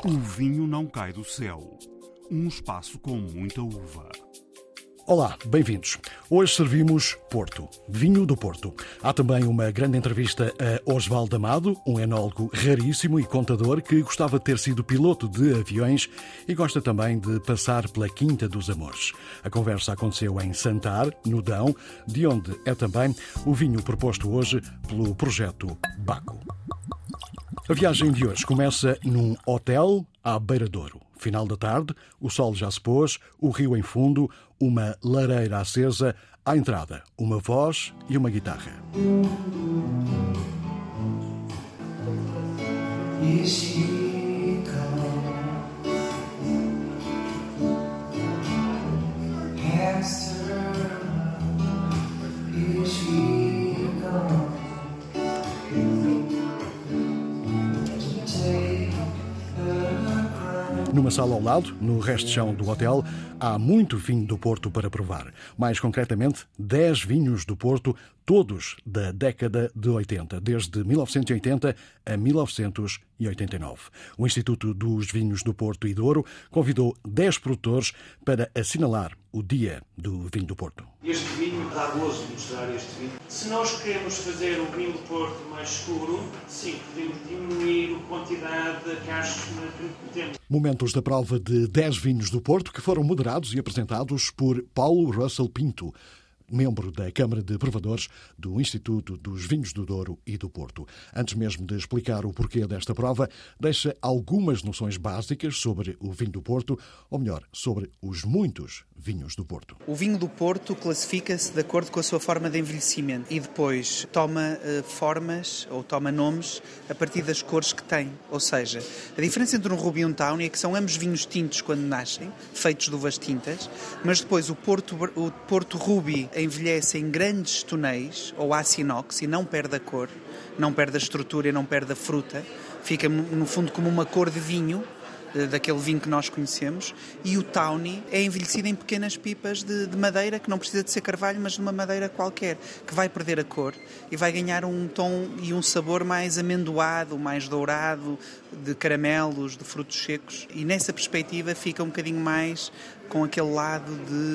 O vinho não cai do céu. Um espaço com muita uva. Olá, bem-vindos. Hoje servimos Porto, vinho do Porto. Há também uma grande entrevista a Osvaldo Amado, um enólogo raríssimo e contador que gostava de ter sido piloto de aviões e gosta também de passar pela Quinta dos Amores. A conversa aconteceu em Santar, no Dão, de onde é também o vinho proposto hoje pelo projeto Baco. A viagem de hoje começa num hotel à beira-douro. Final da tarde, o sol já se pôs, o rio em fundo, uma lareira acesa, à entrada, uma voz e uma guitarra. Numa sala ao lado, no resto de chão do hotel, há muito vinho do Porto para provar. Mais concretamente, 10 vinhos do Porto, todos da década de 80, desde 1980 a 1989. O Instituto dos Vinhos do Porto e Douro convidou 10 produtores para assinalar o Dia do Vinho do Porto. Este vinho dá gozo de mostrar este vinho. Se nós queremos fazer o vinho do Porto mais escuro, sim, podemos diminuir a quantidade de cachos que temos. Momentos da prova de 10 vinhos do Porto que foram moderados e apresentados por Paulo Russell Pinto, membro da Câmara de Provadores do Instituto dos Vinhos do Douro e do Porto. Antes mesmo de explicar o porquê desta prova, deixa algumas noções básicas sobre o vinho do Porto, ou melhor, sobre os muitos vinhos do Porto. O vinho do Porto classifica-se de acordo com a sua forma de envelhecimento e depois toma formas ou toma nomes a partir das cores que tem. Ou seja, a diferença entre um Ruby e um Tawny é que são ambos vinhos tintos quando nascem, feitos de uvas tintas, mas depois o Porto Ruby envelhece em grandes tonéis ou aço inox e não perde a cor, não perde a estrutura e não perde a fruta. Fica no fundo como uma cor de vinho, daquele vinho que nós conhecemos, e o Tawny é envelhecido em pequenas pipas de madeira, que não precisa de ser carvalho, mas de uma madeira qualquer, que vai perder a cor e vai ganhar um tom e um sabor mais amendoado, mais dourado, de caramelos, de frutos secos, e nessa perspectiva fica um bocadinho mais com aquele lado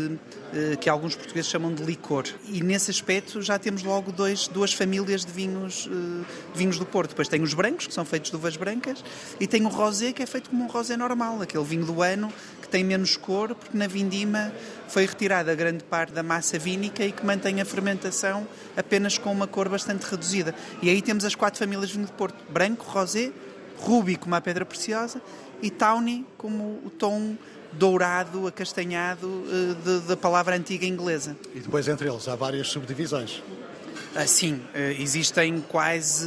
que alguns portugueses chamam de licor. E nesse aspecto já temos logo duas famílias de vinhos do Porto. Depois tem os brancos, que são feitos de uvas brancas, e tem o rosé, que é feito como um rosé normal, aquele vinho do ano, que tem menos cor, porque na vindima foi retirada grande parte da massa vínica e que mantém a fermentação apenas com uma cor bastante reduzida. E aí temos as 4 famílias de vinho do Porto: branco, rosé, ruby como a pedra preciosa e Tawny como o tom dourado, acastanhado da palavra antiga inglesa. E depois entre eles há várias subdivisões. Sim, existem quase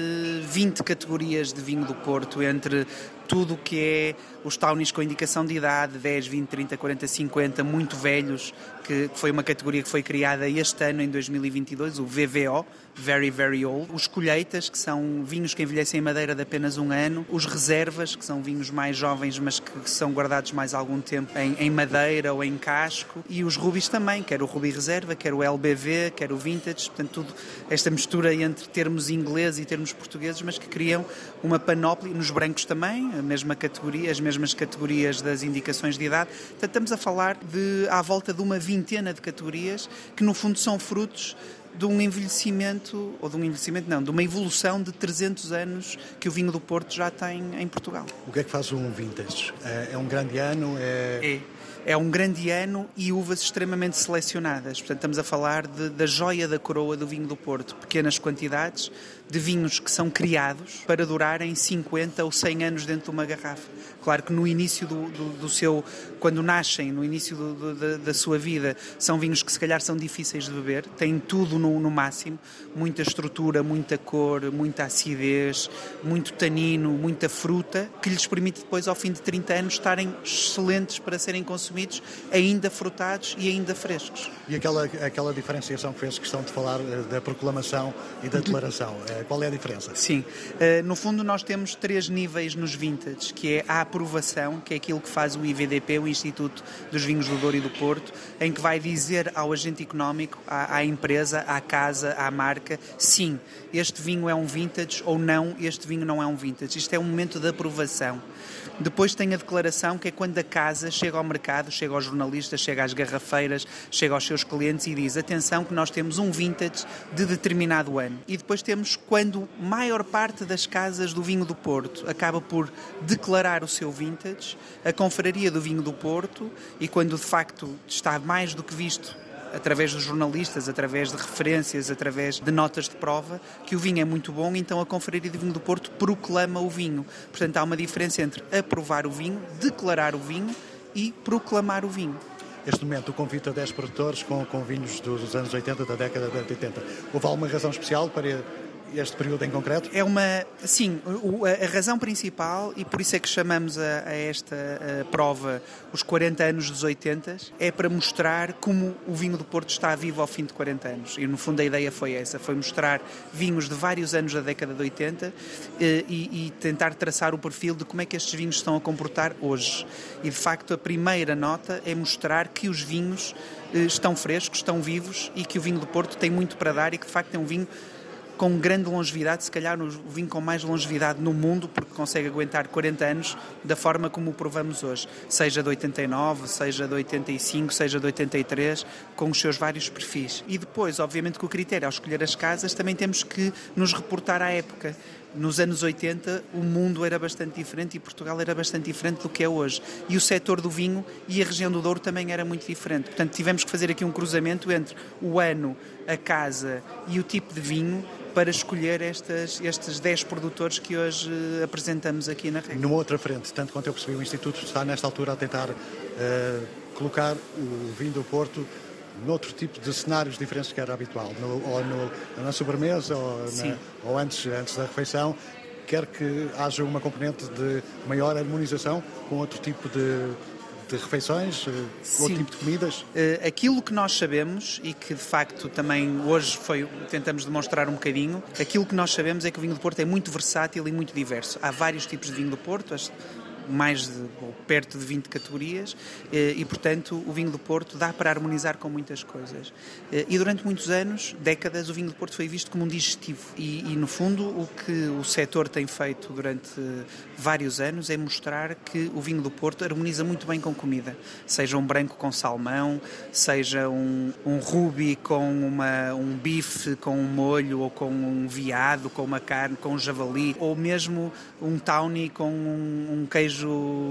20 categorias de vinho do Porto, entre tudo o que é os Tawnies com indicação de idade, 10, 20, 30, 40, 50, muito velhos, que foi uma categoria que foi criada este ano, em 2022, o VVO, Very, Very Old. Os colheitas, que são vinhos que envelhecem em madeira de apenas 1 ano. Os reservas, que são vinhos mais jovens, mas que são guardados mais algum tempo em madeira ou em casco. E os rubis também, quer o Ruby Reserva, quer o LBV, quer o Vintage. Portanto, tudo esta mistura entre termos ingleses e termos portugueses, mas que criam uma panóplia. Nos brancos também, a mesma categoria, as mesmas categorias das indicações de idade. Portanto, estamos a falar à volta de uma vintena de categorias que, no fundo, são frutos de um envelhecimento, de uma evolução de 300 anos que o vinho do Porto já tem em Portugal. O que é que faz um vintage? É um grande ano? É um grande ano e uvas extremamente selecionadas. Portanto, estamos a falar da joia da coroa do vinho do Porto. Pequenas quantidades de vinhos que são criados para durarem 50 ou 100 anos dentro de uma garrafa. Claro que no início do seu... Quando nascem, no início da sua vida, são vinhos que se calhar são difíceis de beber. Têm tudo no máximo. Muita estrutura, muita cor, muita acidez, muito tanino, muita fruta, que lhes permite depois, ao fim de 30 anos, estarem excelentes para serem consumidos consumidos ainda frutados e ainda frescos. E aquela diferenciação que fez questão de falar da proclamação e da declaração, qual é a diferença? Sim, no fundo nós temos 3 níveis nos vintage, que é a aprovação, que é aquilo que faz o IVDP, o Instituto dos Vinhos do Douro e do Porto, em que vai dizer ao agente económico, à empresa, à casa, à marca, sim, este vinho é um vintage ou não, este vinho não é um vintage. Isto é um momento de aprovação. Depois tem a declaração, que é quando a casa chega ao mercado, chega aos jornalistas, chega às garrafeiras, chega aos seus clientes e diz: atenção que nós temos um vintage de determinado ano. E depois temos quando a maior parte das casas do vinho do Porto acaba por declarar o seu vintage, a Confraria do Vinho do Porto, e quando de facto está mais do que visto através dos jornalistas, através de referências, através de notas de prova, que o vinho é muito bom, então a Confraria do Vinho do Porto proclama o vinho. Portanto, há uma diferença entre aprovar o vinho, declarar o vinho e proclamar o vinho. Este momento, o convite a 10 produtores com vinhos dos anos 80, da década de 80. Houve alguma razão especial para este período em concreto? Sim, a razão principal, e por isso é que chamamos a esta prova os 40 anos dos 80, é para mostrar como o vinho do Porto está vivo ao fim de 40 anos. E no fundo a ideia foi essa, foi mostrar vinhos de vários anos da década de 80 e tentar traçar o perfil de como é que estes vinhos estão a comportar hoje. E de facto a primeira nota é mostrar que os vinhos estão frescos, estão vivos e que o vinho do Porto tem muito para dar e que de facto é um vinho com grande longevidade, se calhar o vinho com mais longevidade no mundo, porque consegue aguentar 40 anos da forma como o provamos hoje, seja de 89, seja de 85, seja de 83, com os seus vários perfis. E depois, obviamente, que o critério ao escolher as casas, também temos que nos reportar à época. Nos anos 80 o mundo era bastante diferente e Portugal era bastante diferente do que é hoje. E o setor do vinho e a região do Douro também era muito diferente. Portanto, tivemos que fazer aqui um cruzamento entre o ano, a casa e o tipo de vinho para escolher estes 10 produtores que hoje apresentamos aqui na REC. Numa outra frente, tanto quanto eu percebi, o Instituto está nesta altura a tentar colocar o vinho do Porto noutro tipo de cenários diferentes do que era habitual, na sobremesa ou antes da refeição. Quer que haja uma componente de maior harmonização com outro tipo de refeições, outro tipo de comidas? Aquilo que nós sabemos e que de facto também hoje tentamos demonstrar um bocadinho, aquilo que nós sabemos é que o vinho do Porto é muito versátil e muito diverso. Há vários tipos de vinho do Porto, perto de 20 categorias e, portanto, o vinho do Porto dá para harmonizar com muitas coisas. E durante muitos anos, décadas, o vinho do Porto foi visto como um digestivo. E no fundo, o que o setor tem feito durante vários anos é mostrar que o vinho do Porto harmoniza muito bem com comida. Seja um branco com salmão, seja um ruby com um bife com um molho, ou com um veado, com uma carne, com um javali, ou mesmo um tawny com um queijo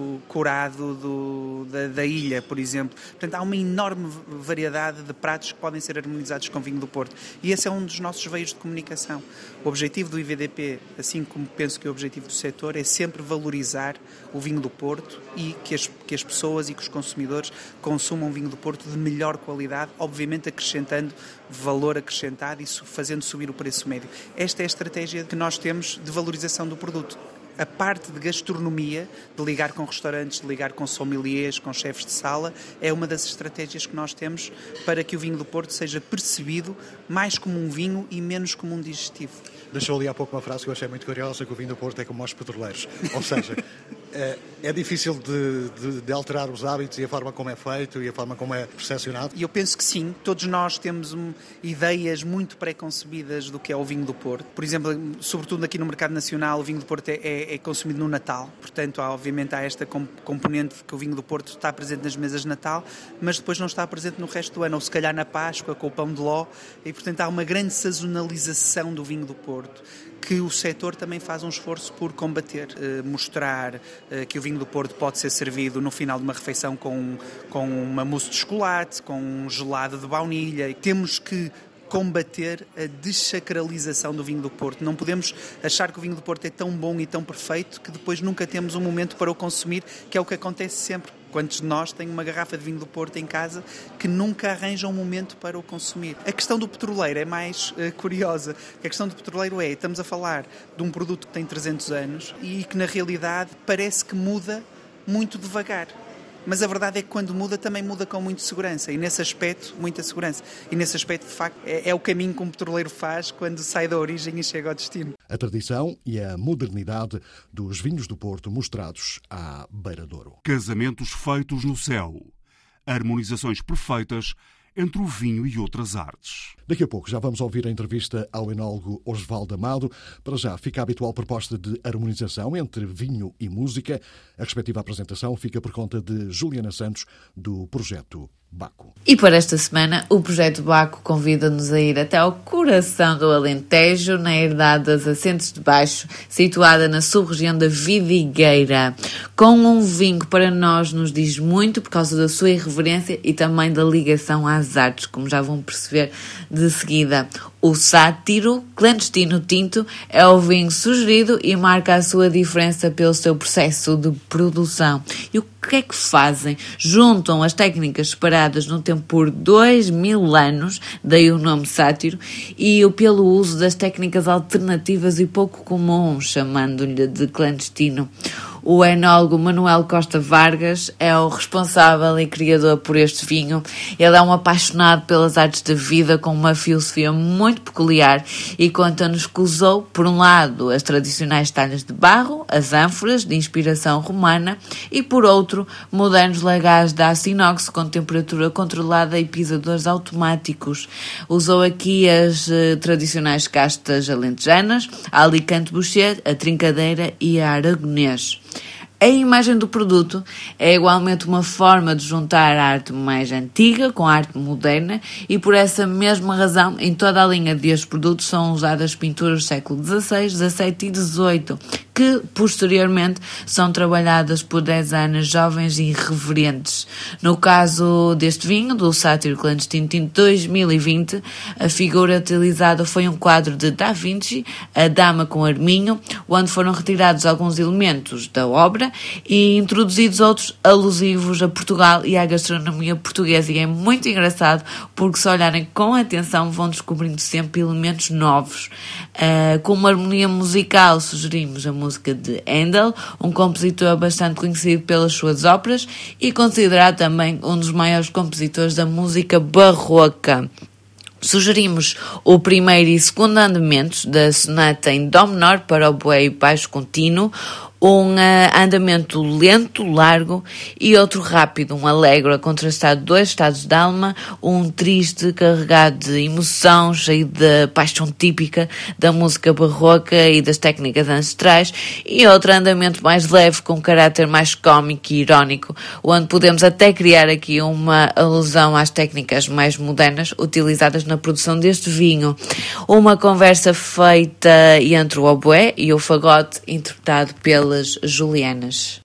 curado da ilha, por exemplo. Portanto, há uma enorme variedade de pratos que podem ser harmonizados com vinho do Porto. E esse é um dos nossos veios de comunicação. O objetivo do IVDP, assim como penso que o objetivo do setor, é sempre valorizar o vinho do Porto e que as pessoas e que os consumidores consumam vinho do Porto de melhor qualidade, obviamente acrescentando valor acrescentado e fazendo subir o preço médio. Esta é a estratégia que nós temos de valorização do produto. A parte de gastronomia, de ligar com restaurantes, de ligar com sommeliers, com chefes de sala, é uma das estratégias que nós temos para que o vinho do Porto seja percebido mais como um vinho e menos como um digestivo. Deixou ali há pouco uma frase que eu achei muito curiosa, que o vinho do Porto é como aos petroleiros. Ou seja, é difícil de alterar os hábitos e a forma como é feito e a forma como é percepcionado? E eu penso que sim. Todos nós temos ideias muito pré-concebidas do que é o vinho do Porto. Por exemplo, sobretudo aqui no mercado nacional, o vinho do Porto é consumido no Natal. Portanto, obviamente há esta componente que o vinho do Porto está presente nas mesas de Natal, mas depois não está presente no resto do ano, ou se calhar na Páscoa, com o pão de ló. E, portanto, há uma grande sazonalização do vinho do Porto, que o setor também faz um esforço por combater, mostrar que o vinho do Porto pode ser servido no final de uma refeição com uma mousse de chocolate, com um gelado de baunilha. Temos que combater a desacralização do vinho do Porto. Não podemos achar que o vinho do Porto é tão bom e tão perfeito que depois nunca temos um momento para o consumir, que é o que acontece sempre. Quantos de nós têm uma garrafa de vinho do Porto em casa que nunca arranjam um momento para o consumir? A questão do petroleiro é mais curiosa. A questão do petroleiro estamos a falar de um produto que tem 300 anos e que na realidade parece que muda muito devagar. mas a verdade é que quando muda, também muda com muita segurança, e nesse aspecto, muita segurança. E nesse aspecto, de facto, é o caminho que um petroleiro faz quando sai da origem e chega ao destino. A tradição e a modernidade dos vinhos do Porto mostrados à beira-douro. Casamentos feitos no céu. Harmonizações perfeitas entre o vinho e outras artes. Daqui a pouco já vamos ouvir a entrevista ao enólogo Osvaldo Amado. Para já fica a habitual proposta de harmonização entre vinho e música. A respectiva apresentação fica por conta de Juliana Santos, do Projeto Baco. E para esta semana, o Projeto Baco convida-nos a ir até ao coração do Alentejo, na herdade das Assentes de Baixo, situada na sub-região da Vidigueira, com um vinho que para nós nos diz muito por causa da sua irreverência e também da ligação às artes, como já vão perceber de seguida. O Sátiro Clandestino Tinto é o vinho sugerido e marca a sua diferença pelo seu processo de produção. E o que é que fazem? Juntam as técnicas separadas no tempo por 2000 anos, daí o nome Sátiro, e pelo uso das técnicas alternativas e pouco comuns, chamando-lhe de clandestino. O enólogo Manuel Costa Vargas é o responsável e criador por este vinho. Ele é um apaixonado pelas artes da vida, com uma filosofia muito peculiar, e conta-nos que usou, por um lado, as tradicionais talhas de barro, as ânforas de inspiração romana, e por outro, modernos lagares de aço inox com temperatura controlada e pisadores automáticos. Usou aqui as tradicionais castas alentejanas, a Alicante Boucher, a Trincadeira e a Aragonês. A imagem do produto é igualmente uma forma de juntar a arte mais antiga com a arte moderna, e por essa mesma razão, em toda a linha destes produtos são usadas pinturas do século XVI, XVII e XVIII, que posteriormente são trabalhadas por designers jovens e irreverentes. No caso deste vinho, do Sátiro Clandestino Tinto 2020, a figura utilizada foi um quadro de Da Vinci, A Dama com Arminho, onde foram retirados alguns elementos da obra e introduzidos outros alusivos a Portugal e à gastronomia portuguesa. E é muito engraçado porque, se olharem com atenção, vão descobrindo sempre elementos novos. Com uma harmonia musical, sugerimos a música de Handel, um compositor bastante conhecido pelas suas óperas e considerado também um dos maiores compositores da música barroca. Sugerimos o primeiro e segundo andamentos da sonata em dó menor para oboé e baixo contínuo, um andamento lento, largo, e outro rápido, um alegro a contrastar dois estados de alma, um triste carregado de emoção, cheio de paixão típica da música barroca e das técnicas ancestrais, e outro andamento mais leve, com caráter mais cómico e irónico, onde podemos até criar aqui uma alusão às técnicas mais modernas utilizadas na produção deste vinho. Uma conversa feita entre o oboé e o fagote, interpretado pelas Julianas.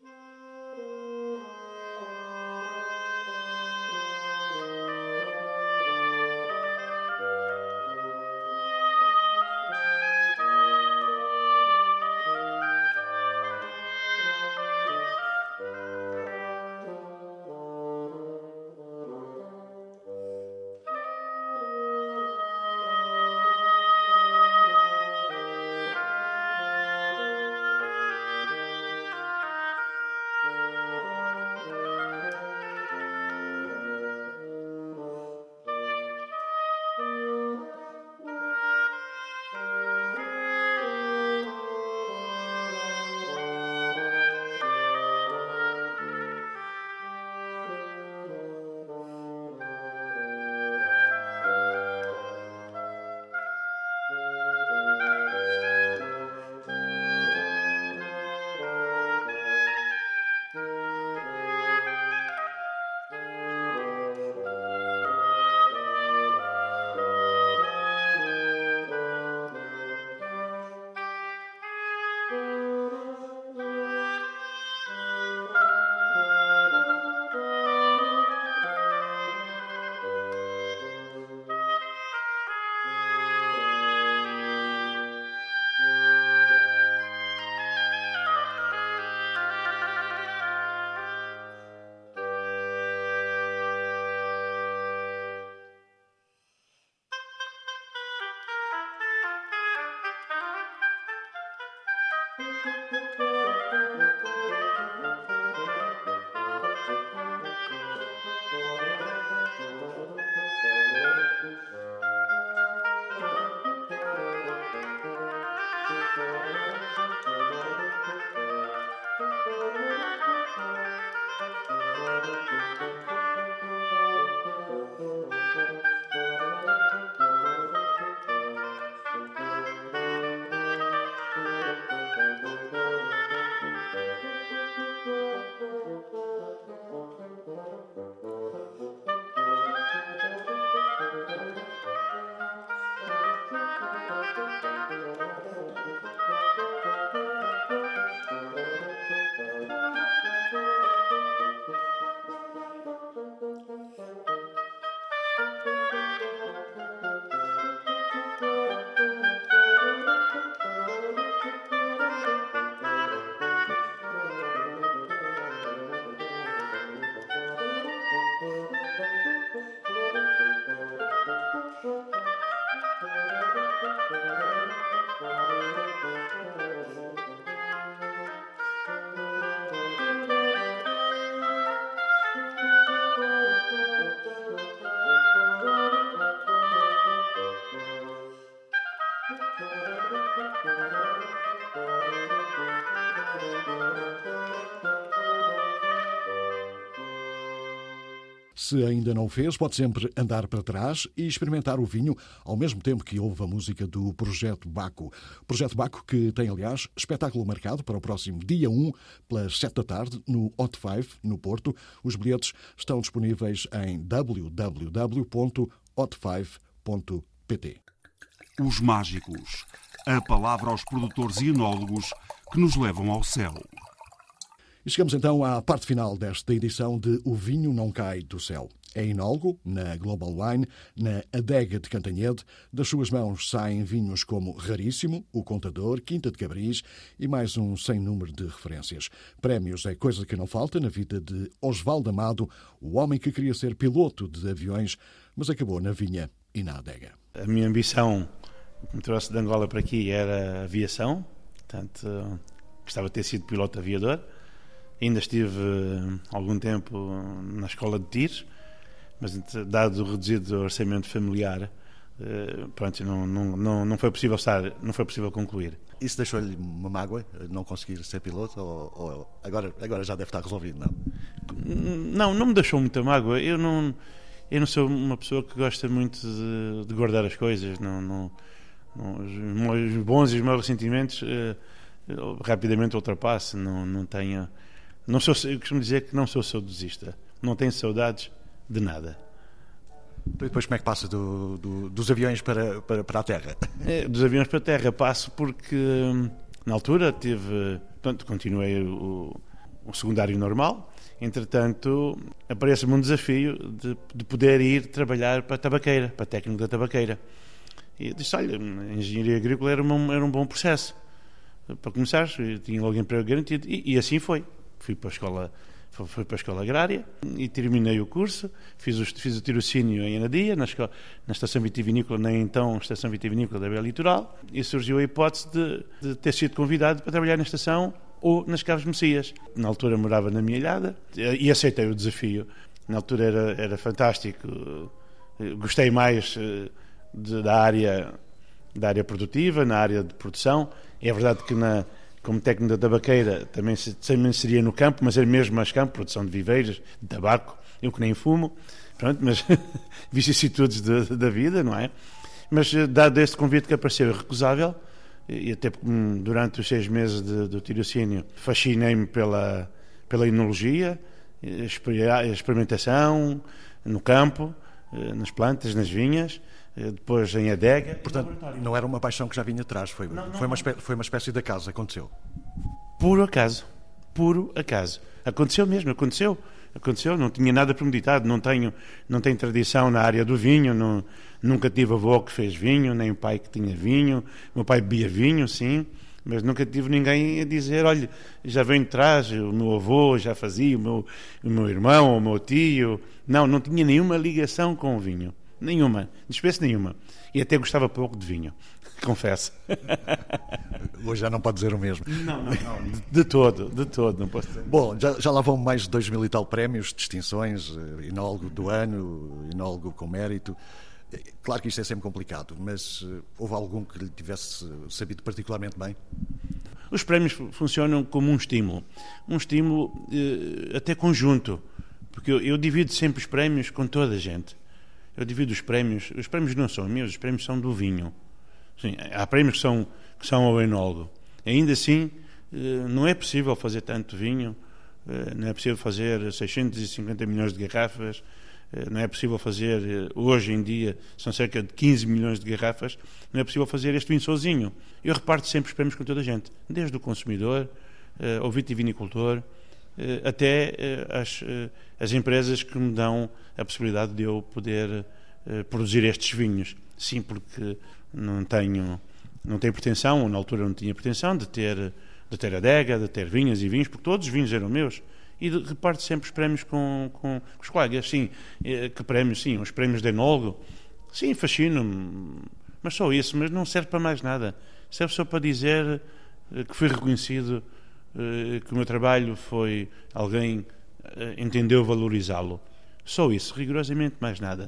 Se ainda não o fez, pode sempre andar para trás e experimentar o vinho ao mesmo tempo que ouve a música do Projeto Baco. Projeto Baco que tem, aliás, espetáculo marcado para o próximo dia 1, pelas 7 da tarde, no Hot 5, no Porto. Os bilhetes estão disponíveis em www.hot5.pt. Os mágicos. A palavra aos produtores e enólogos que nos levam ao céu. E chegamos então à parte final desta edição de O Vinho Não Cai do Céu. É enólogo na Global Wine, na Adega de Cantanhede. Das suas mãos saem vinhos como Raríssimo, O Contador, Quinta de Cabris e mais um sem número de referências. Prémios é coisa que não falta na vida de Osvaldo Amado, o homem que queria ser piloto de aviões, mas acabou na vinha e na adega. A minha ambição, que me trouxe de Angola para aqui, era a aviação. Portanto, gostava de ter sido piloto aviador. Ainda estive algum tempo na escola de tiros, mas dado o reduzido orçamento familiar, pronto, não foi possível concluir. Isso deixou-lhe uma mágoa, não conseguir ser piloto, ou agora já deve estar resolvido, não? Não me deixou muita mágoa. Eu não sou uma pessoa que gosta muito de guardar as coisas. Os bons e os maus ressentimentos rapidamente ultrapasso. Eu costumo dizer que não sou saudosista. Não tenho saudades de nada. E depois como é que passa dos aviões para a terra? Dos aviões para a terra passo porque na altura continuei o secundário normal. Entretanto, aparece-me um desafio de poder ir trabalhar para a tabaqueira, para técnico da tabaqueira. E disse, olha, a engenharia agrícola era um bom processo. Para começar, eu tinha logo emprego garantido. E assim foi. Fui para a escola agrária e terminei o curso. Fiz o tirocínio em Anadia, na estação vitivinícola, na então estação vitivinícola da Beira Litoral. E surgiu a hipótese de ter sido convidado para trabalhar na estação ou nas Caves Messias. Na altura morava na minha ilhada e aceitei o desafio. Na altura era fantástico. Gostei mais da área produtiva, na área de produção. É verdade que como técnico da tabaqueira também seria no campo, mas era mesmo mais campo, produção de viveiros, de tabaco, eu que nem fumo, pronto, mas vicissitudes da vida, não é? Mas dado este convite que apareceu irrecusável, e até durante os 6 meses do tirocínio fascinei-me pela enologia, a experimentação no campo, nas plantas, nas vinhas, depois em adega. Portanto, não era uma paixão que já vinha atrás, foi uma espécie de acaso, aconteceu. Puro acaso. Aconteceu mesmo, aconteceu, não tinha nada premeditado, não tenho tradição na área do vinho, nunca tive avô que fez vinho, nem pai que tinha vinho, meu pai bebia vinho, sim, mas nunca tive ninguém a dizer, olha, já vem de trás, o meu avô já fazia, o meu irmão, o meu tio, não tinha nenhuma ligação com o vinho. Nenhuma, de espécie nenhuma. E até gostava pouco de vinho, confesso. Hoje já não pode dizer o mesmo. Não. De todo, não posso dizer. Bom, já lá vão mais de 2.000 e tal prémios, distinções, enólogo do ano, enólogo com mérito. Claro que isto é sempre complicado, mas houve algum que lhe tivesse sabido particularmente bem? Os prémios funcionam como um estímulo até conjunto, porque eu divido sempre os prémios com toda a gente. Eu divido os prémios não são meus, os prémios são do vinho. Sim, há prémios que são ao enólogo. Ainda assim, não é possível fazer tanto vinho, não é possível fazer 650 milhões de garrafas, não é possível fazer, hoje em dia, são cerca de 15 milhões de garrafas, não é possível fazer este vinho sozinho. Eu reparto sempre os prémios com toda a gente, desde o consumidor, ao vitivinicultor, até as empresas que me dão a possibilidade de eu poder produzir estes vinhos. Sim, porque não tenho pretensão, ou na altura não tinha pretensão de ter adega, de ter vinhas e vinhos, porque todos os vinhos eram meus. E reparto sempre os prémios com os colegas. Sim, que prémios? Sim, os prémios de enólogo. Sim, fascino-me, mas só isso, mas não serve para mais nada. Serve só para dizer que fui reconhecido, que o meu trabalho alguém entendeu valorizá-lo. Só isso, rigorosamente mais nada.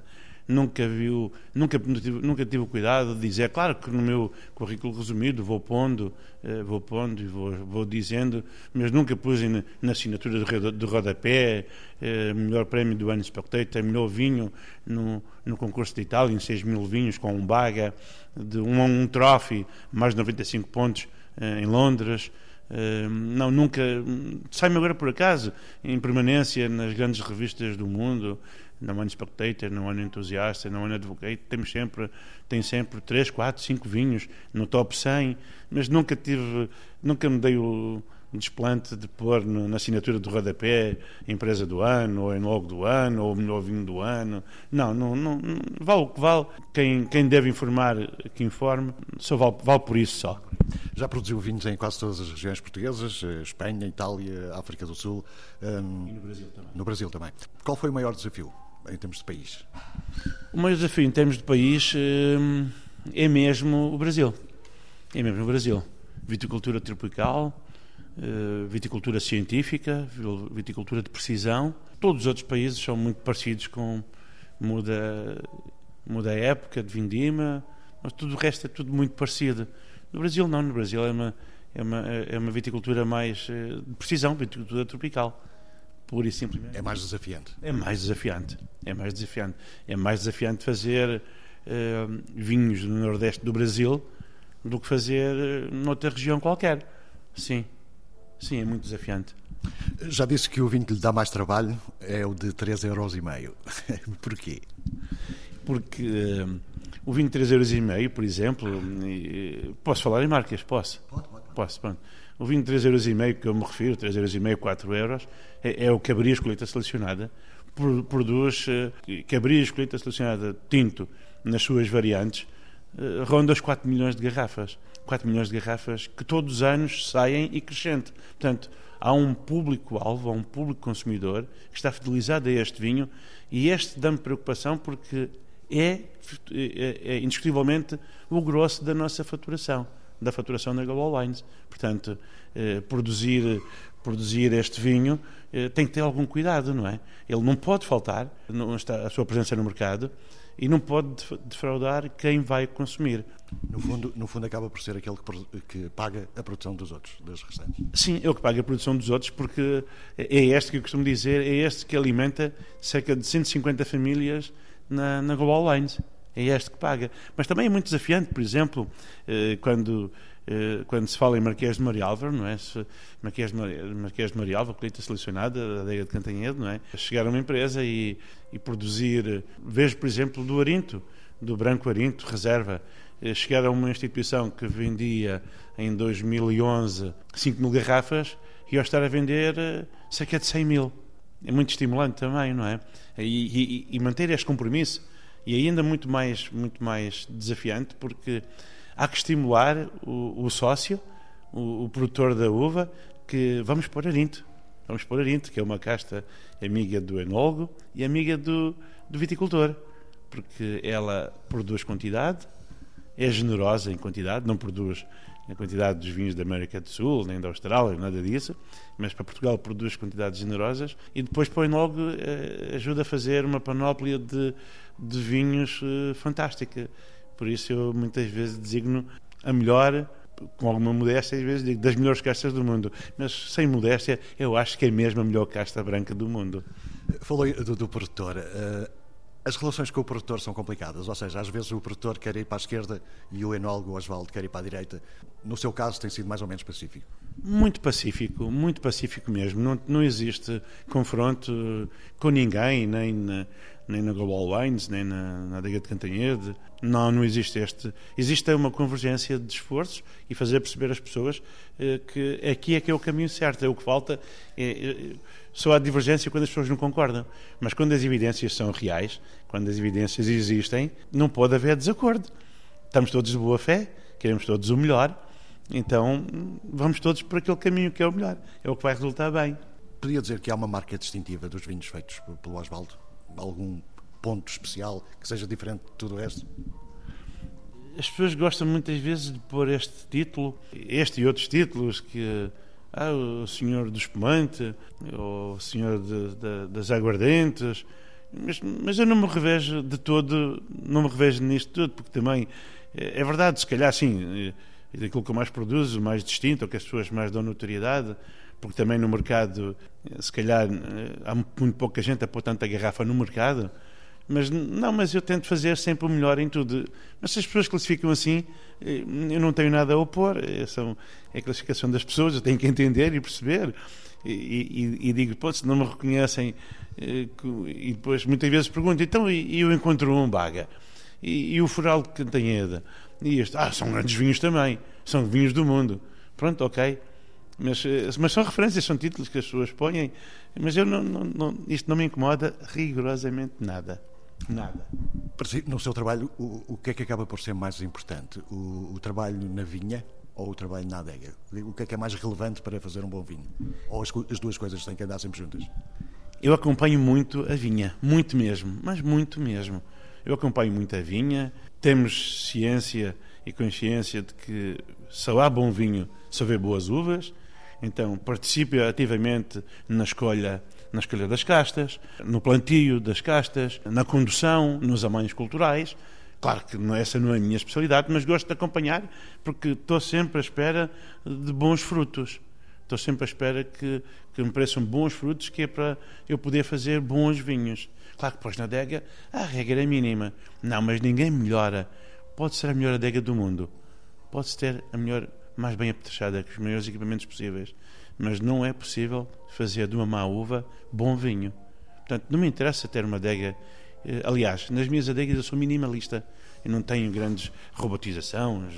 nunca tive o cuidado de dizer, claro que no meu currículo resumido vou pondo e vou dizendo, mas nunca pus na assinatura de rodapé melhor prémio do Wine Spectator, melhor vinho no concurso de Itália, em 6.000 vinhos, com um Baga, de um trophy, mais de 95 pontos em Londres. Não, nunca. Sai-me agora por acaso, em permanência nas grandes revistas do mundo, na Wine Spectator, na Wine Enthusiast, na Wine Advocate, tem sempre 3, 4, 5 vinhos no top 100, mas nunca me dei o desplante de pôr na assinatura do rodapé empresa do ano, ou enólogo do ano, ou o melhor vinho do ano. Não, vale o que vale. Quem deve informar, que informe, só vale por isso só. Já produziu vinhos em quase todas as regiões portuguesas, Espanha, Itália, África do Sul. E no Brasil também. No Brasil também. Qual foi o maior desafio em termos de país? O maior desafio em termos de país é mesmo o Brasil. É mesmo o Brasil. Viticultura tropical, viticultura científica, viticultura de precisão. Todos os outros países são muito parecidos com muda a época de vindima, mas tudo o resto é tudo muito parecido. No Brasil não, no Brasil é uma viticultura mais de precisão, viticultura tropical, pura e simplesmente. É mais desafiante. É mais desafiante fazer vinhos no Nordeste do Brasil do que fazer noutra região qualquer. Sim, é muito desafiante. Já disse que o vinho que lhe dá mais trabalho é o de 3,5 €. Porquê? Porque o vinho de 3,5 €, por exemplo, posso falar em marcas? Posso. Pronto. O vinho de 3,5 € que eu me refiro, 3,5 €, 4 €, é o Cabrias Colheita Selecionada. Produz Cabrias Colheita Selecionada tinto nas suas variantes, ronda os 4 milhões de garrafas. 4 milhões de garrafas que todos os anos saem e crescente. Portanto, há um público-alvo, há um público consumidor que está fidelizado a este vinho, e este dá-me preocupação porque é indiscutivelmente o grosso da nossa faturação, da faturação da Global Wines. Portanto, produzir este vinho tem que ter algum cuidado, não é? Ele não pode faltar, não está a sua presença no mercado, e não pode defraudar quem vai consumir. No fundo acaba por ser aquele que paga a produção dos outros, das restantes. Sim, é o que paga a produção dos outros, porque é este que eu costumo dizer, é este que alimenta cerca de 150 famílias na Global Wines. É este que paga. Mas também é muito desafiante, por exemplo, quando se fala em Marquês de Marialva, não é? Marquês de Marialva, colheita selecionada da adega de Cantanhede, não é? Chegar a uma empresa e produzir, vejo, por exemplo, do Arinto, do Branco Arinto, reserva, chegar a uma instituição que vendia em 2011 5.000 garrafas e ao estar a vender cerca de 100.000. É muito estimulante também, não é? E manter este compromisso, e ainda muito mais desafiante, porque há que estimular o sócio, o produtor da uva, que vamos pôr Arinto, que é uma casta amiga do enólogo e amiga do viticultor, porque ela produz quantidade, é generosa em quantidade, não produz a quantidade dos vinhos da América do Sul, nem da Austrália, nada disso, mas para Portugal produz quantidades generosas, e depois para o enólogo ajuda a fazer uma panóplia de vinhos fantástica. Por isso eu muitas vezes designo a melhor, com alguma modéstia, às vezes digo das melhores castas do mundo, mas sem modéstia eu acho que é mesmo a melhor casta branca do mundo. Falou do produtor. As relações com o produtor são complicadas, ou seja, às vezes o produtor quer ir para a esquerda e o enólogo, o Osvaldo, quer ir para a direita. No seu caso tem sido mais ou menos pacífico? Muito pacífico mesmo. Não existe confronto com ninguém, nem na Global Wines, nem na adega de Cantanhede. Não existe Existe uma convergência de esforços e fazer perceber às pessoas que aqui é que é o caminho certo. É o que falta. Só há divergência quando as pessoas não concordam. Mas quando as evidências são reais, quando as evidências existem, não pode haver desacordo. Estamos todos de boa fé, queremos todos o melhor, então vamos todos por aquele caminho que é o melhor. É o que vai resultar bem. Podia dizer que há uma marca distintiva dos vinhos feitos pelo Osvaldo? Algum ponto especial que seja diferente de tudo o resto? As pessoas gostam muitas vezes de pôr este título, este e outros títulos, que o senhor do espumante, ou o senhor das aguardentes. Mas eu não me revejo de todo, não me revejo nisto tudo, porque também é verdade, se calhar sim, daquilo que eu mais produzo, mais distinto, ou que as pessoas mais dão notoriedade, porque também no mercado, se calhar há muito pouca gente a pôr tanta garrafa no mercado, mas eu tento fazer sempre o melhor em tudo. Mas se as pessoas classificam assim, eu não tenho nada a opor, é a classificação das pessoas, eu tenho que entender e perceber, e digo, pô, se não me reconhecem, e depois muitas vezes pergunto, então e eu encontro um Baga, e o Foral de Cantanheda, e este, são grandes vinhos também, são vinhos do mundo, pronto, ok, mas são referências, são títulos que as pessoas põem, mas isto não me incomoda rigorosamente nada. Para si, no seu trabalho, o que é que acaba por ser mais importante? O trabalho na vinha ou o trabalho na adega? O que é mais relevante para fazer um bom vinho? Ou as duas coisas têm que andar sempre juntas? Eu acompanho muito a vinha, muito mesmo, mas muito mesmo. Eu acompanho muito a vinha, temos ciência e consciência de que só há bom vinho se houver boas uvas, então participo ativamente na escolha das castas, no plantio das castas, na condução, nos amanhos culturais. Claro que essa não é a minha especialidade, mas gosto de acompanhar porque estou sempre à espera de bons frutos. Estou sempre à espera que me pareçam bons frutos, que é para eu poder fazer bons vinhos. Claro que depois na adega a regra é mínima. Não, mas ninguém melhora. Pode ser a melhor adega do mundo. Pode-se ter a melhor, mais bem apetrechada, com os maiores equipamentos possíveis. Mas não é possível fazer de uma má uva bom vinho. Portanto, não me interessa ter uma adega. Aliás, nas minhas adegas eu sou minimalista. Eu não tenho grandes robotizações,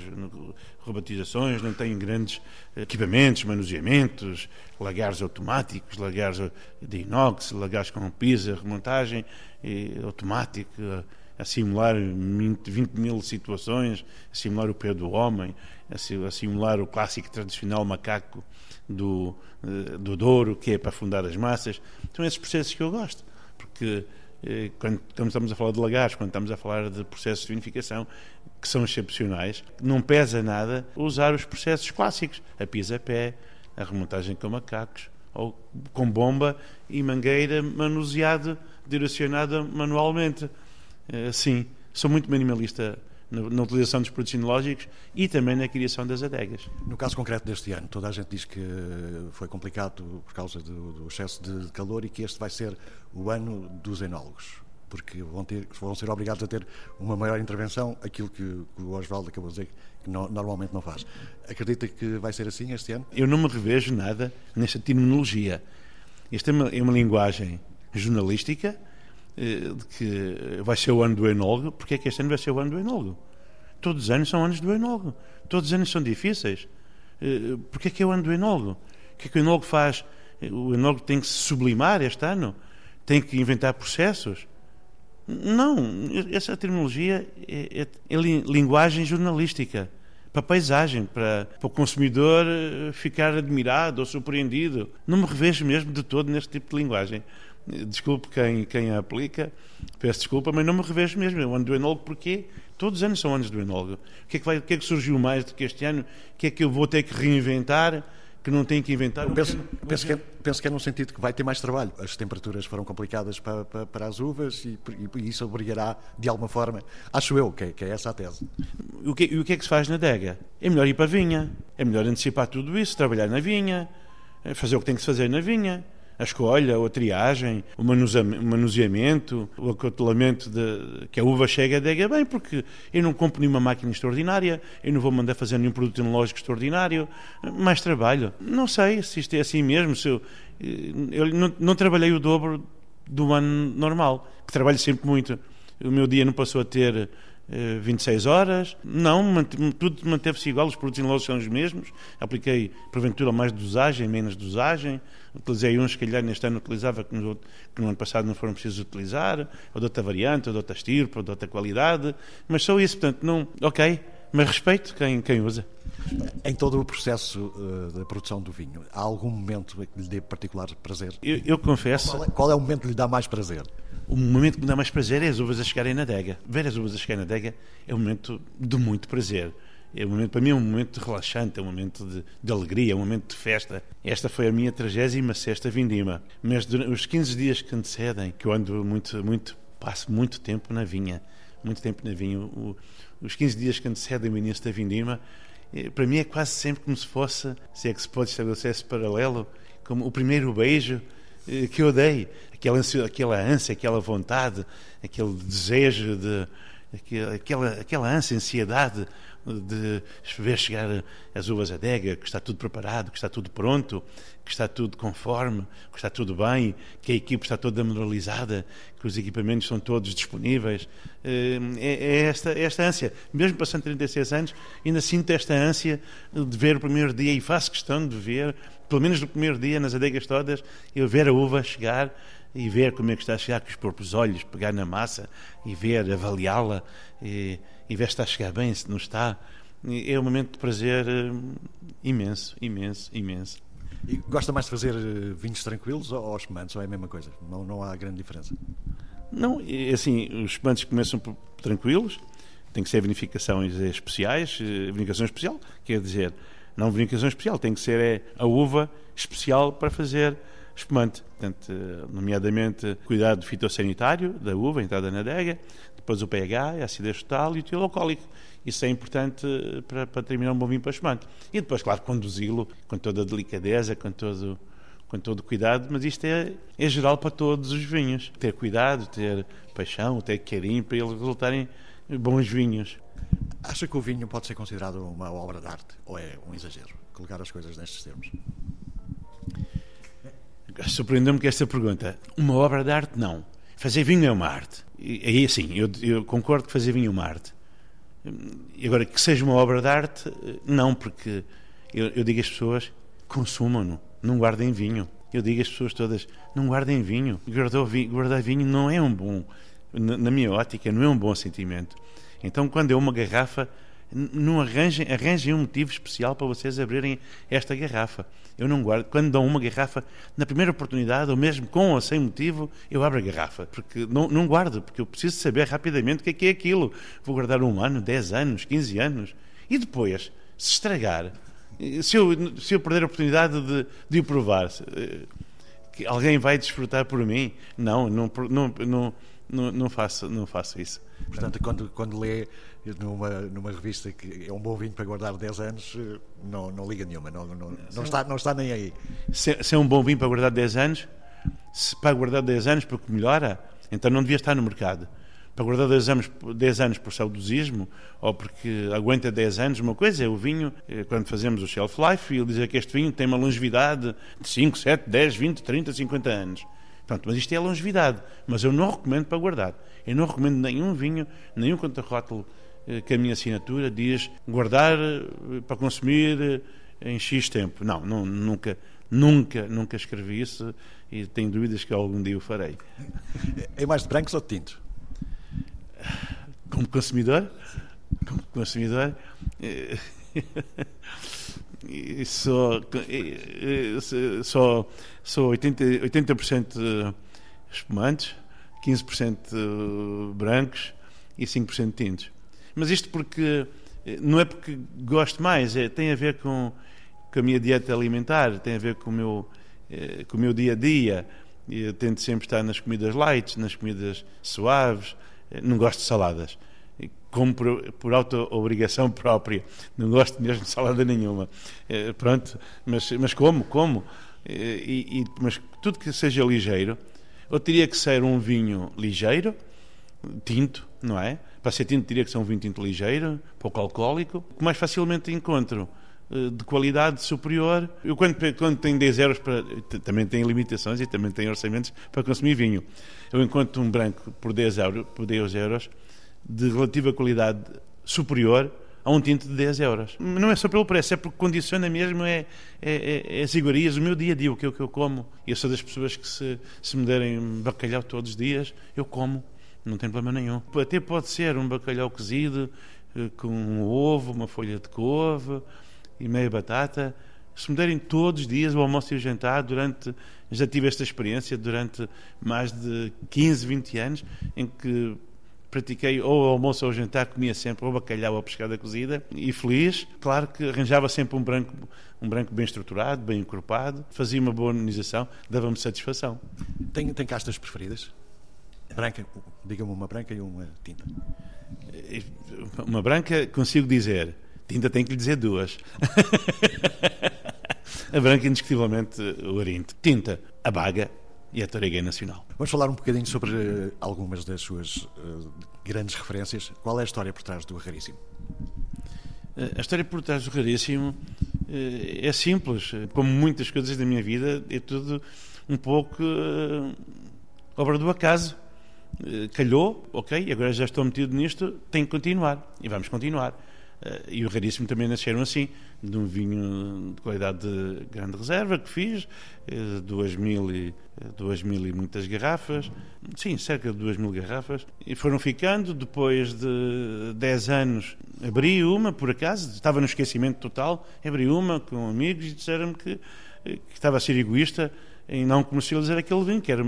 não tenho grandes equipamentos, manuseamentos, lagares automáticos, lagares de inox, lagares com pisa, remontagem automático, a simular 20 mil situações, a simular o pé do homem, a simular o clássico tradicional macaco do Douro, que é para afundar as massas. São esses processos que eu gosto, porque quando estamos a falar de lagares, quando estamos a falar de processos de vinificação que são excepcionais, não pesa nada usar os processos clássicos, a pisa-pé, a remontagem com macacos, ou com bomba e mangueira manuseado, direcionada manualmente. Sim, sou muito minimalista na utilização dos produtos enológicos e também na criação das adegas. No caso concreto deste ano, toda a gente diz que foi complicado por causa do excesso de calor e que este vai ser o ano dos enólogos, porque vão ser obrigados a ter uma maior intervenção, aquilo que o Osvaldo acabou de dizer que normalmente não faz. Acredita que vai ser assim este ano? Eu não me revejo nada nesta terminologia. Esta é uma linguagem jornalística de que vai ser o ano do enólogo. Porque é que este ano vai ser o ano do enólogo? Todos os anos são anos do enólogo. Todos os anos são difíceis. Porque é que é o ano do enólogo? O que é que o enólogo faz? O enólogo tem que se sublimar este ano? Tem que inventar processos? Não, essa terminologia é linguagem jornalística, para a paisagem, para o consumidor ficar admirado ou surpreendido. Não me revejo mesmo de todo neste tipo de linguagem. Desculpe quem a aplica, peço desculpa, mas não me revejo mesmo. É o ano do enólogo, porquê? Todos os anos são anos do enólogo. O que é que surgiu mais do que este ano? O que é que eu vou ter que reinventar, que não tenho que inventar? Penso que é no sentido que vai ter mais trabalho. As temperaturas foram complicadas para as uvas e isso obrigará, de alguma forma, acho eu, que é essa a tese. O que é que se faz na adega? É melhor ir para a vinha, é melhor antecipar tudo isso, trabalhar na vinha, fazer o que tem que se fazer na vinha. A escolha, a triagem, o manuseamento, o acutelamento que a uva chegue à adega bem, porque eu não compro nenhuma máquina extraordinária, eu não vou mandar fazer nenhum produto enológico extraordinário, mais trabalho. Não sei se isto é assim mesmo, eu não trabalhei o dobro do ano normal, que trabalho sempre muito. O meu dia não passou a ter 26 horas, não, tudo manteve-se igual, os produtos enológicos são os mesmos, apliquei porventura mais dosagem, menos dosagem, utilizei uns que calhar neste ano utilizava que no ano passado não foram precisos utilizar, ou de outra variante, ou de outra estirpe, ou de outra qualidade, mas só isso, portanto, não, ok, mas respeito quem usa. Em todo o processo da produção do vinho, há algum momento que lhe dê particular prazer? Eu confesso... Qual é o momento que lhe dá mais prazer? O momento que me dá mais prazer é as uvas a chegarem na adega. Ver as uvas a chegarem na adega é um momento de muito prazer. Para mim é um momento relaxante, é um momento de alegria, é um momento de festa. Esta foi a minha 36ª vindima. Mas durante os 15 dias que antecedem, que eu ando passo muito tempo na vinha, os 15 dias que antecedem o início da vindima, para mim é quase sempre como se fosse, se é que se pode estabelecer esse paralelo, como o primeiro beijo que eu dei, aquela ânsia, aquela vontade, aquele desejo, aquela ânsia, ansiedade de ver chegar as uvas à adega, que está tudo preparado, que está tudo pronto, que está tudo conforme, que está tudo bem, que a equipe está toda moralizada, que os equipamentos são todos disponíveis. É esta ânsia. Mesmo passando 36 anos, ainda sinto esta ânsia de ver o primeiro dia, e faço questão de ver, pelo menos no primeiro dia, nas adegas todas, eu ver a uva chegar e ver como é que está a chegar, com os próprios olhos, pegar na massa e ver, avaliá-la e ver se está a chegar bem, se não está. É um momento de prazer imenso. E gosta mais de fazer vinhos tranquilos ou espumantes, ou é a mesma coisa? Não há grande diferença? Não, assim, os espumantes começam tranquilos, tem que ser vinificações especiais, vinificação especial, quer dizer, não vinificação especial, tem que ser a uva especial para fazer espumante. Portanto, nomeadamente, cuidado fitossanitário da uva, entrada na adega, depois o pH, a acidez total e o teor alcoólico. Isso é importante para terminar um bom vinho para espumante. E depois, claro, conduzi-lo com toda a delicadeza, com todo o cuidado, mas isto é geral para todos os vinhos. Ter cuidado, ter paixão, ter carinho para eles resultarem bons vinhos. Acha que o vinho pode ser considerado uma obra de arte? Ou é um exagero colocar as coisas nestes termos? Surpreendeu-me que esta pergunta. Uma obra de arte, não. Fazer vinho é uma arte. E aí, sim, eu concordo que fazer vinho é uma arte. E agora, que seja uma obra de arte, não, porque eu digo às pessoas, consumam-no, não guardem vinho. Eu digo às pessoas todas, não guardem vinho. Guardar vinho não é um bom, na minha ótica, não é um bom sentimento. Então, quando é uma garrafa, não arranjem um motivo especial para vocês abrirem esta garrafa. Eu não guardo. Quando dão uma garrafa, na primeira oportunidade, ou mesmo com ou sem motivo, eu abro a garrafa. Porque não guardo, porque eu preciso saber rapidamente o que é aquilo. Vou guardar 1 ano, 10 anos, 15 anos. E depois, se estragar, se eu perder a oportunidade de o provar, que alguém vai desfrutar por mim? Não faço isso. Portanto, quando lê numa revista que é um bom vinho para guardar 10 anos, não liga nenhuma, não está nem aí. Se é um bom vinho para guardar 10 anos, se para guardar 10 anos porque melhora, então não devia estar no mercado. Para guardar 10 anos por saudosismo ou porque aguenta 10 anos, uma coisa é o vinho, quando fazemos o shelf life, ele dizer que este vinho tem uma longevidade de 5, 7, 10, 20, 30, 50 anos. Pronto, mas isto é a longevidade. Mas eu não recomendo para guardar. Eu não recomendo nenhum vinho, nenhum contrarótulo que a minha assinatura diz guardar para consumir em X tempo. Não, nunca escrevi isso e tenho dúvidas que algum dia o farei. É mais de brancos ou de tintos? Como consumidor, sou 80% espumantes, 15% brancos e 5% tintos. Mas isto porque não é porque gosto mais, tem a ver com a minha dieta alimentar, tem a ver com o meu dia a dia. Eu tento sempre estar nas comidas light, nas comidas suaves. Não gosto de saladas, como por auto-obrigação própria, não gosto mesmo de salada nenhuma. Pronto, mas como. Mas tudo que seja ligeiro, ou teria que ser um vinho ligeiro, tinto, não é? Para ser tinto teria que ser um vinho tinto ligeiro, pouco alcoólico, que mais facilmente encontro de qualidade superior. Eu quando tenho 10 euros, também tenho limitações e também tenho orçamentos para consumir vinho. Eu encontro um branco por 10 euros de relativa qualidade superior a um tinto de 10 euros. Não é só pelo preço, é porque condiciona mesmo as iguarias, o meu dia-a-dia, o que eu como. E eu sou das pessoas que se me derem bacalhau todos os dias, eu como, não tem problema nenhum. Até pode ser um bacalhau cozido com um ovo, uma folha de couve e meia batata. Se me derem todos os dias o almoço e o jantar, já tive esta experiência durante mais de 15, 20 anos, em que pratiquei ou ao almoço ou ao jantar, comia sempre ou bacalhau ou pescada cozida, e feliz. Claro que arranjava sempre um branco bem estruturado, bem encorpado, fazia uma boa harmonização, dava-me satisfação. Tem castas preferidas? Branca, diga-me uma branca e uma tinta. Uma branca, consigo dizer. Tinta tenho que lhe dizer duas. A branca, indiscutivelmente, o Arinto. Tinta, a Baga e a Toreguei Nacional. Vamos falar um bocadinho sobre algumas das suas grandes referências. Qual é a história por trás do Raríssimo? A história por trás do Raríssimo é simples. Como muitas coisas da minha vida, é tudo um pouco obra do acaso. Calhou, ok, agora já estou metido nisto, tenho que continuar. E vamos continuar. E o Raríssimo também nasceram assim, de um vinho de qualidade de grande reserva que fiz, 2.000 e muitas garrafas, sim, cerca de 2.000 garrafas, e foram ficando. Depois de 10 anos abri uma, por acaso, estava no esquecimento total, abri uma com amigos e disseram-me que estava a ser egoísta em não comercializar aquele vinho, que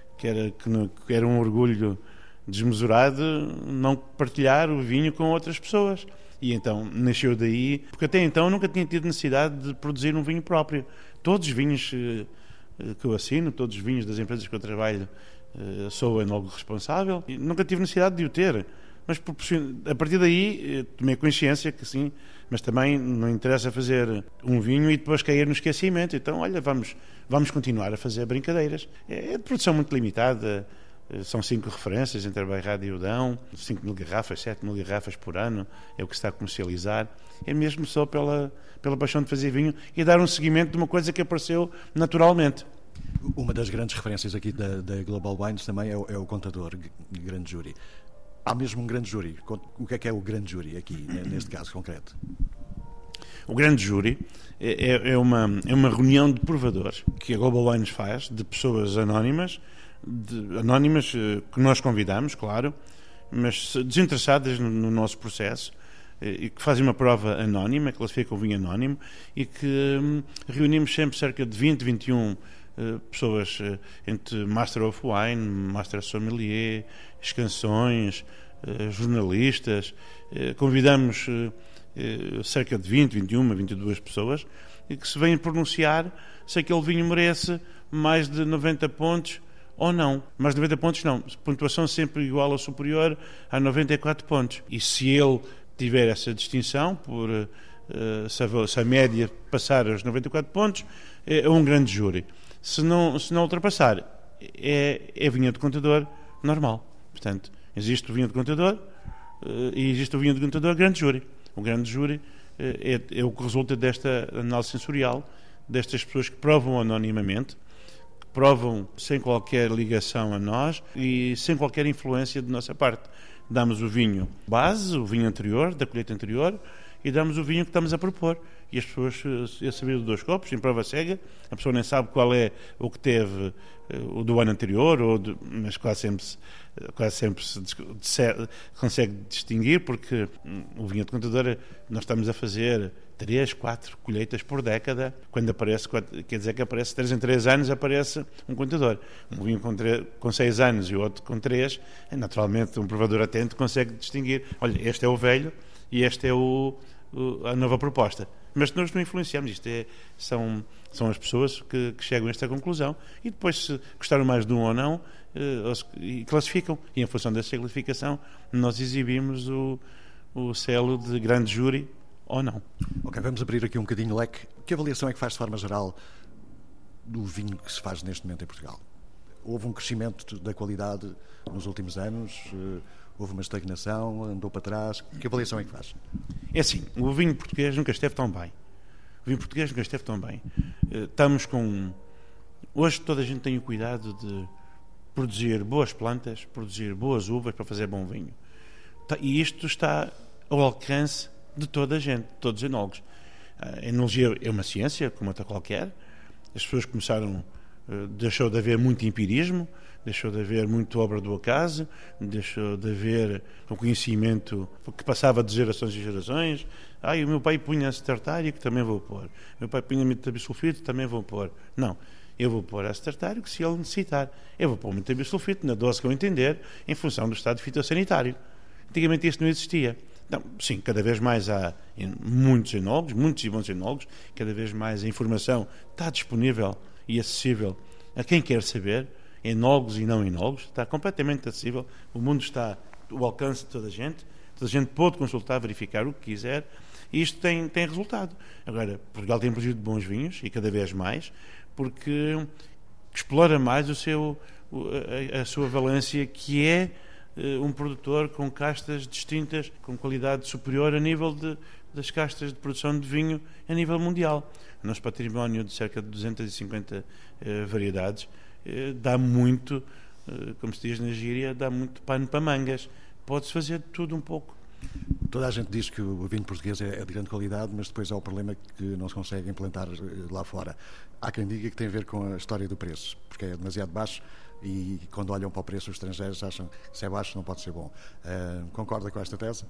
era um orgulho desmesurado não partilhar o vinho com outras pessoas. E então nasceu daí, porque até então nunca tinha tido necessidade de produzir um vinho próprio. Todos os vinhos que eu assino, todos os vinhos das empresas que eu trabalho, sou enólogo responsável, e nunca tive necessidade de o ter. Mas a partir daí tomei consciência que sim, mas também não interessa fazer um vinho e depois cair no esquecimento. Então, olha, vamos continuar a fazer brincadeiras. É de produção muito limitada. São 5 referências entre a Bairrada e o Dão, 5.000 garrafas, 7.000 garrafas por ano, é o que se está a comercializar. É mesmo só pela paixão de fazer vinho e dar um seguimento de uma coisa que apareceu naturalmente. Uma das grandes referências aqui da Global Wines também é o contador, grande júri. Há mesmo um grande júri. O que é o grande júri aqui, neste caso concreto? O grande júri é uma reunião de provadores que a Global Wines faz, de pessoas anónimas que nós convidamos, claro, mas desinteressadas no nosso processo, e que fazem uma prova anónima, classificam o vinho anónimo, e que reunimos sempre cerca de 21 pessoas, entre Master of Wine, Master Sommelier, escansões, jornalistas. Convidamos cerca de 21, 22 pessoas, e que se vêm pronunciar se aquele vinho merece mais de 90 pontos ou não. Mais de 90 pontos não. Pontuação sempre igual ou superior a 94 pontos. E se ele tiver essa distinção, se a média passar aos 94 pontos, é um grande júri. Se não ultrapassar, é vinho de contador normal. Portanto, existe o vinho de contador e existe o vinho de contador grande júri. O grande júri é o que resulta desta análise sensorial, destas pessoas que provam anonimamente, provam sem qualquer ligação a nós e sem qualquer influência de nossa parte. Damos o vinho base, o vinho anterior, da colheita anterior, e damos o vinho que estamos a propor. E as pessoas, a saber de 2 copos, em prova cega, a pessoa nem sabe qual é o que teve o do ano anterior, mas quase sempre se consegue distinguir, porque o vinho de contador nós estamos a fazer 3, 4 colheitas por década. Quando aparece, quer dizer que aparece 3 em 3 anos, aparece um contador. Um vinho com 6 anos e o outro com 3, naturalmente um provador atento consegue distinguir, olha, este é o velho e este é a nova proposta. Mas nós não influenciamos, são as pessoas que chegam a esta conclusão, e depois, se gostaram mais de um ou não, classificam, e em função dessa classificação nós exibimos o selo de grande júri ou não. Ok, vamos abrir aqui um bocadinho o leque. Que avaliação é que faz de forma geral do vinho que se faz neste momento em Portugal? Houve um crescimento da qualidade nos últimos anos? Houve uma estagnação? Andou para trás? Que avaliação é que faz? É assim, o vinho português nunca esteve tão bem. Estamos com... Hoje toda a gente tem o cuidado de produzir boas plantas, produzir boas uvas para fazer bom vinho. E isto está ao alcance de toda a gente, de todos os enólogos. A enologia é uma ciência, como outra qualquer. As pessoas começaram... Deixou de haver muito empirismo, deixou de haver muito obra do acaso, deixou de haver um conhecimento que passava de gerações em gerações. O meu pai punha-se tartário, que também vou pôr. O meu pai punha-me tabisulfito, também vou pôr. Não. Eu vou pôr ácido tartárico se ele necessitar. Eu vou pôr metilsulfito na dose que eu entender, em função do estado fitossanitário. Antigamente isto não existia. Então, sim, cada vez mais há muitos enólogos, muitos e bons enólogos, cada vez mais a informação está disponível e acessível a quem quer saber, enólogos e não enólogos, está completamente acessível, o mundo está ao alcance de toda a gente pode consultar, verificar o que quiser, e isto tem resultado. Agora, Portugal tem produzido bons vinhos, e cada vez mais, porque explora mais a sua valência, que é um produtor com castas distintas, com qualidade superior a nível das castas de produção de vinho a nível mundial. O nosso património de cerca de 250 variedades dá muito, como se diz na gíria, dá muito pano para mangas. Pode-se fazer tudo um pouco. Toda a gente diz que o vinho português é de grande qualidade, mas depois há o problema que não se consegue implantar lá fora. Há quem diga que tem a ver com a história do preço, porque é demasiado baixo e quando olham para o preço os estrangeiros acham que se é baixo não pode ser bom. Concorda com esta tese?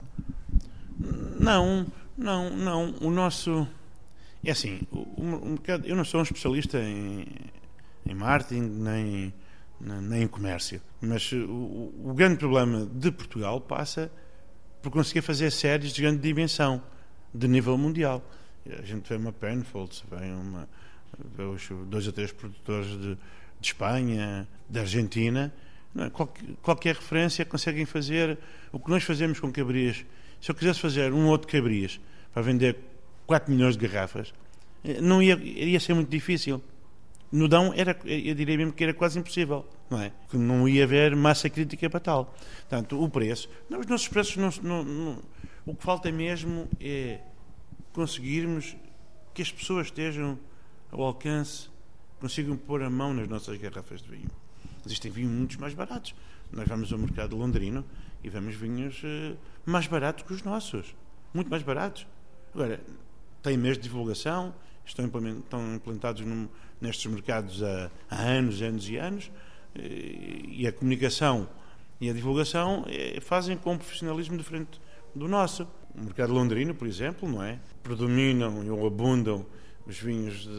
Não. O nosso... É assim, eu não sou um especialista em marketing nem em comércio, mas o grande problema de Portugal passa por conseguir fazer séries de grande dimensão, de nível mundial. A gente vê uma Penfolds, vê os 2 ou 3 produtores de Espanha, da Argentina. Não é? Qualquer referência conseguem fazer o que nós fazemos com Cabrias. Se eu quisesse fazer um outro Cabrias para vender 4 milhões de garrafas, iria ser muito difícil. No Dão, eu diria mesmo que era quase impossível, não é? Que não ia haver massa crítica para tal. Portanto, o preço... Os nossos preços o que falta mesmo é conseguirmos que as pessoas estejam ao alcance, consigam pôr a mão nas nossas garrafas de vinho. Existem vinhos muito mais baratos. Nós vamos ao mercado londrino e vemos vinhos mais baratos que os nossos. Muito mais baratos. Agora, tem meios de divulgação, estão implantados nestes mercados há anos e anos, e a comunicação e a divulgação fazem com um profissionalismo diferente do nosso. O mercado londrino, por exemplo, não é? Predominam ou abundam os vinhos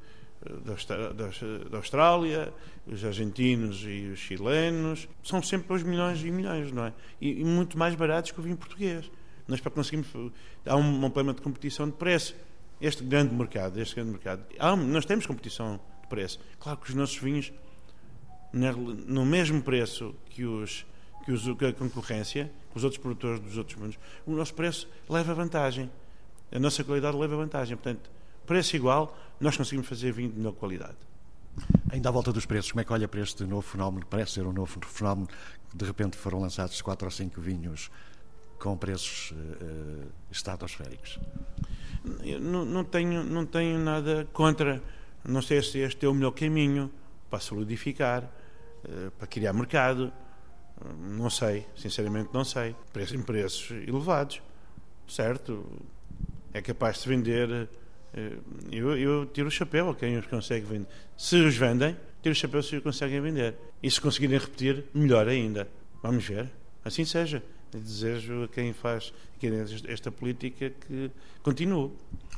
da Austrália, os argentinos e os chilenos, são sempre aos milhões e milhões, não é? E muito mais baratos que o vinho português. Nós, para conseguirmos, há um problema de competição de preço. Este grande mercado, nós temos competição de preço. Claro que os nossos vinhos, no mesmo preço que a concorrência, que os outros produtores dos outros mundos, o nosso preço leva vantagem. A nossa qualidade leva vantagem. Portanto, preço igual, nós conseguimos fazer vinho de melhor qualidade. Ainda à volta dos preços, como é que olha para este novo fenómeno? Parece ser um novo fenómeno que de repente foram lançados 4 ou 5 vinhos com preços estratosféricos. Eu não tenho nada contra. Não sei se este é o melhor caminho para solidificar, para criar mercado. Não sei, sinceramente não sei. Em preços elevados, certo? É capaz de se vender. Eu tiro o chapéu a quem os consegue vender. Se os vendem, tiro o chapéu se os conseguem vender. E se conseguirem repetir, melhor ainda. Vamos ver. Assim seja. Desejo a quem faz esta política que continue.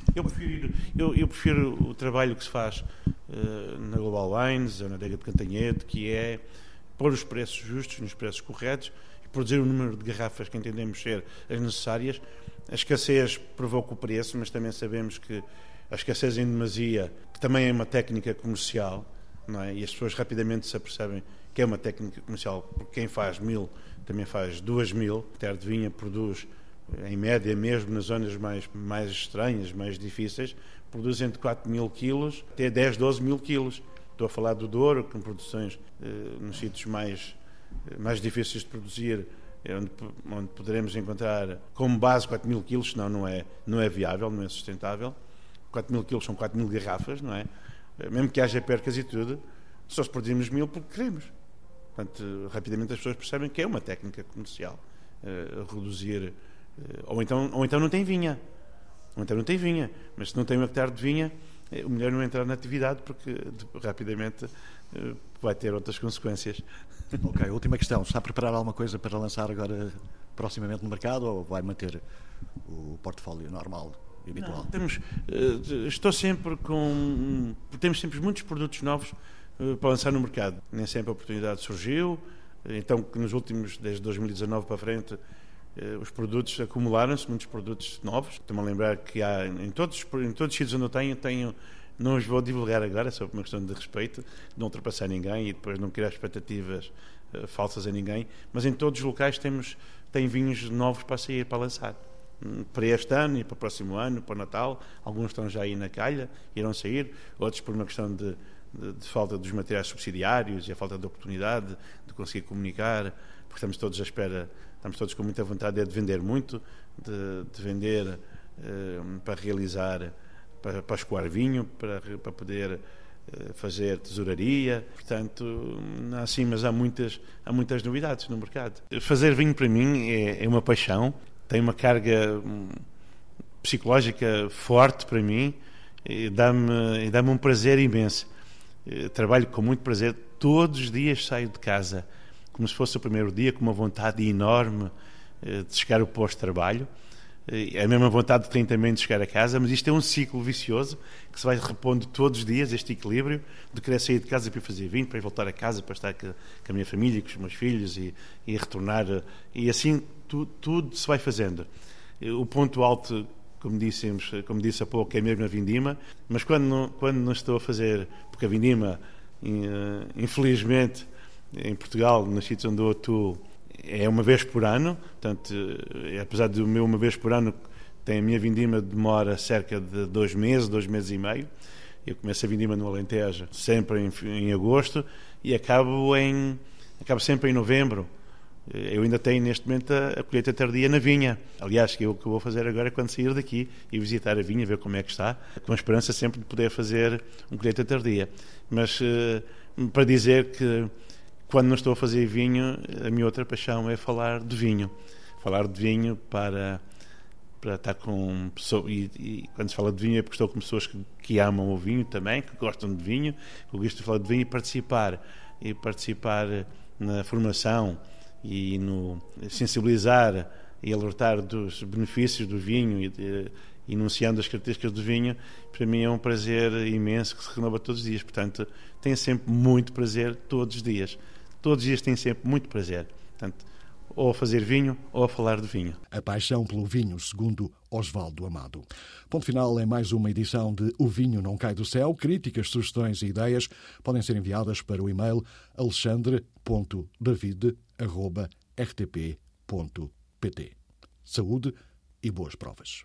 Eu prefiro o trabalho que se faz na Global Wines ou na Adega de Cantanhede, que é pôr os preços justos, nos preços corretos, e produzir o número de garrafas que entendemos ser as necessárias. A escassez provoca o preço, mas também sabemos que a escassez em demasia, que também é uma técnica comercial, não é? E as pessoas rapidamente se apercebem que é uma técnica comercial, porque quem faz 1000 também faz 2000. A terra de vinha produz, em média, mesmo nas zonas mais estranhas, mais difíceis, produz entre 4.000 quilos até 10, 12 mil quilos. Estou a falar do Douro, com produções nos sítios mais difíceis de produzir, onde poderemos encontrar como base 4.000 quilos, senão não é viável, não é sustentável. 4.000 quilos são 4.000 garrafas, não é? Mesmo que haja percas e tudo, só se produzimos 1000 porque queremos. Portanto, rapidamente as pessoas percebem que é uma técnica comercial reduzir, ou então não tem vinha, mas se não tem um hectare de vinha, o melhor não é entrar na atividade, porque rapidamente vai ter outras consequências. Ok, última questão, está a preparar alguma coisa para lançar agora proximamente no mercado, ou vai manter o portfólio normal habitual? Estou sempre temos sempre muitos produtos novos para lançar no mercado. Nem sempre a oportunidade surgiu. Então, desde 2019 para frente, os produtos acumularam-se, muitos produtos novos. Estou-me a lembrar que há em todos os sítios onde eu tenho, não os vou divulgar agora, só por uma questão de respeito, de não ultrapassar ninguém e depois não criar expectativas falsas a ninguém, mas em todos os locais tem vinhos novos para sair, para lançar. Para este ano e para o próximo ano, para o Natal. Alguns estão já aí na calha, irão sair, outros por uma questão de falta dos materiais subsidiários e a falta de oportunidade de conseguir comunicar, porque estamos todos à espera, estamos todos com muita vontade de vender muito, de vender para realizar, para escoar vinho, para poder fazer tesouraria. Portanto, assim, mas há muitas novidades no mercado. Fazer vinho para mim é uma paixão, tem uma carga psicológica forte para mim e dá-me um prazer imenso. Trabalho com muito prazer, todos os dias saio de casa como se fosse o primeiro dia, com uma vontade enorme de chegar ao posto de trabalho, a mesma vontade que tenho também de chegar a casa, mas isto é um ciclo vicioso que se vai repondo todos os dias, este equilíbrio de querer sair de casa para ir fazer vinho, para ir voltar a casa, para estar com a minha família, com os meus filhos e retornar, e assim tudo se vai fazendo. O ponto alto, como disse há pouco, é mesmo a vindima, mas quando não estou a fazer, porque a vindima, infelizmente, em Portugal, nos sítios onde eu atuo, é uma vez por ano, portanto, apesar de o meu uma vez por ano, a minha vindima demora cerca de 2 meses e meio. Eu começo a vindima no Alentejo sempre em agosto e acabo sempre em novembro. Eu ainda tenho neste momento a colheita tardia na vinha. Aliás, que o que eu vou fazer agora é quando sair daqui e visitar a vinha, ver como é que está, com a esperança sempre de poder fazer uma colheita tardia. Mas para dizer que quando não estou a fazer vinho, a minha outra paixão é falar de vinho. Falar de vinho para estar com pessoas, e quando se fala de vinho é porque estou com pessoas que amam o vinho também, que gostam de vinho, que gostam de falar de vinho e participar na formação e no sensibilizar e alertar dos benefícios do vinho e enunciando as características do vinho, para mim é um prazer imenso que se renova todos os dias. Portanto, tenho sempre muito prazer todos os dias. Todos os dias tenho sempre muito prazer. Portanto, ou a fazer vinho ou a falar de vinho. A paixão pelo vinho, segundo Osvaldo Amado. Ponto final em mais uma edição de O Vinho Não Cai do Céu. Críticas, sugestões e ideias podem ser enviadas para o e-mail alexandre.david@rtp.pt. Saúde e boas provas.